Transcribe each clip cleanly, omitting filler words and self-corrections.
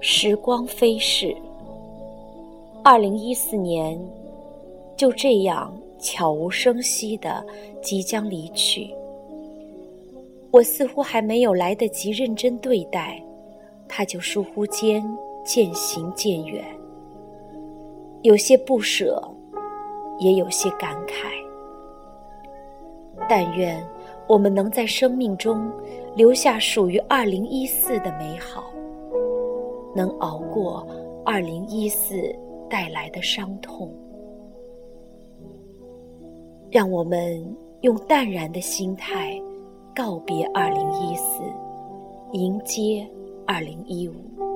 时光飞逝，2014年就这样悄无声息地即将离去。我似乎还没有来得及认真对待，它就疏忽间渐行渐远，有些不舍，也有些感慨。但愿我们能在生命中留下属于2014的美好，能熬过2014带来的伤痛。让我们用淡然的心态告别2014，迎接2015。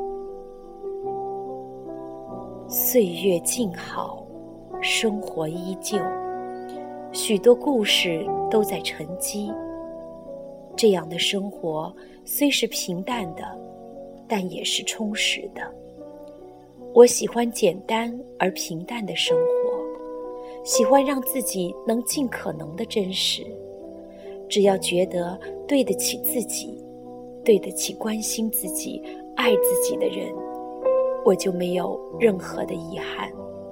岁月静好，生活依旧，许多故事都在沉积。这样的生活虽是平淡的，但也是充实的。我喜欢简单而平淡的生活，喜欢让自己能尽可能的真实。只要觉得对得起自己，对得起关心自己、爱自己的人，我就没有任何的遗憾。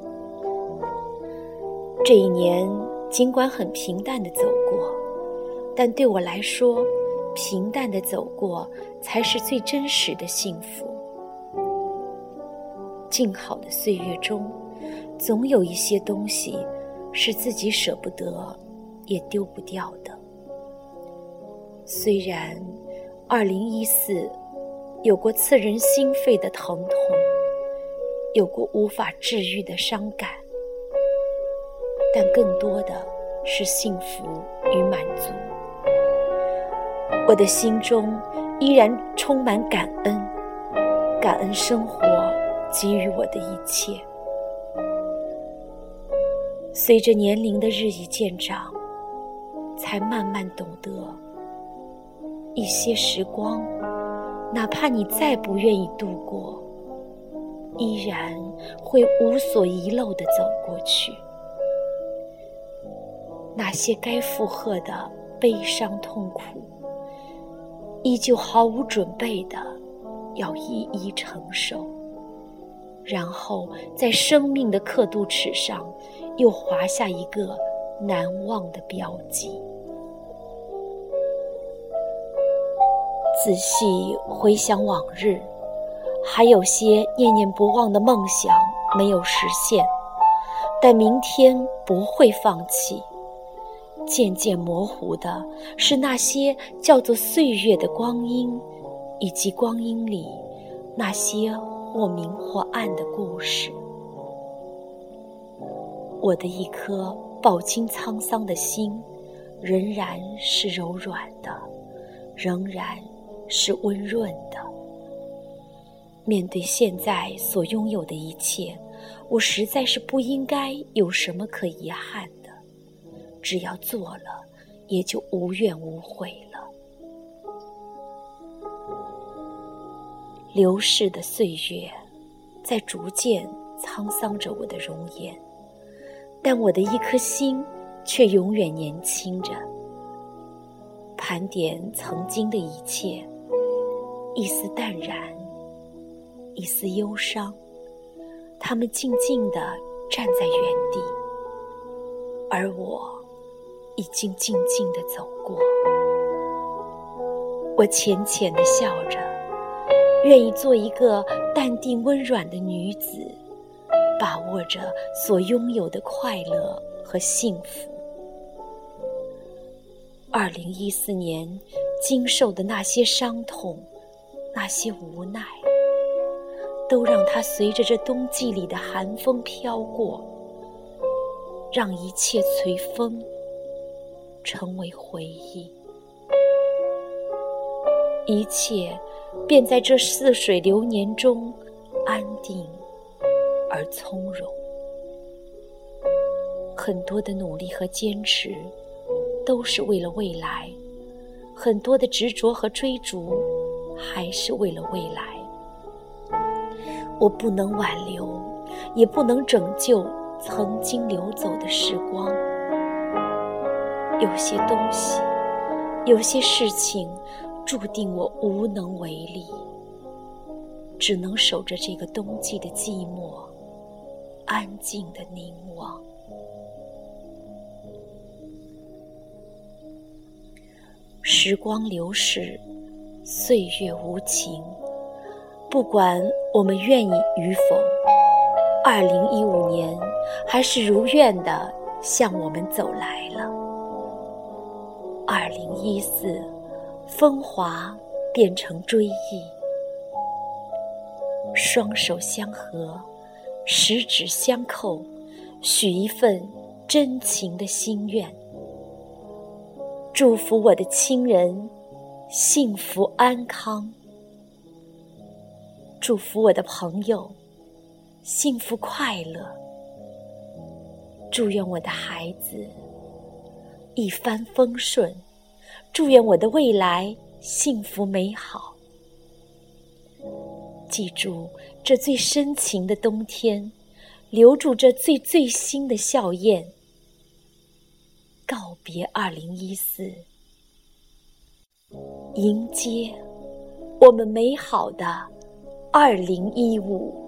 这一年尽管很平淡地走过，但对我来说，平淡地走过才是最真实的幸福。静好的岁月中，总有一些东西是自己舍不得也丢不掉的。虽然2014有过刺人心肺的疼痛，有过无法治愈的伤感，但更多的是幸福与满足。我的心中依然充满感恩，感恩生活给予我的一切。随着年龄的日益渐长，才慢慢懂得，一些时光，哪怕你再不愿意度过，依然会无所遗漏地走过去。那些该负荷的悲伤痛苦，依旧毫无准备的要一一承受，然后在生命的刻度尺上又划下一个难忘的标记。仔细回想往日，还有些念念不忘的梦想没有实现，但明天不会放弃。渐渐模糊的是那些叫做岁月的光阴，以及光阴里那些或明或暗的故事。我的一颗饱经沧桑的心，仍然是柔软的，仍然是温润的。面对现在所拥有的一切，我实在是不应该有什么可遗憾的。只要做了，也就无怨无悔了。流逝的岁月在逐渐沧桑着我的容颜，但我的一颗心却永远年轻着。盘点曾经的一切，一丝淡然，一丝忧伤，他们静静地站在原地，而我已经静静地走过。我浅浅地笑着，愿意做一个淡定温软的女子，把握着所拥有的快乐和幸福。2014年经受的那些伤痛，那些无奈，都让它随着这冬季里的寒风飘过，让一切随风成为回忆，一切便在这似水流年中安定而从容。很多的努力和坚持都是为了未来，很多的执着和追逐还是为了未来。我不能挽留，也不能拯救曾经流走的时光。有些东西，有些事情，注定我无能为力。 只能守着这个冬季的寂寞，安静地凝望。时光流逝，岁月无情，不管我们愿意与否，2015年还是如愿地向我们走来了。2014，风华变成追忆，双手相合，十指相扣，许一份真情的心愿。祝福我的亲人幸福安康，祝福我的朋友幸福快乐，祝愿我的孩子一帆风顺，祝愿我的未来幸福美好。记住这最深情的冬天，留住这最新的笑靥，告别2014，迎接我们美好的2015。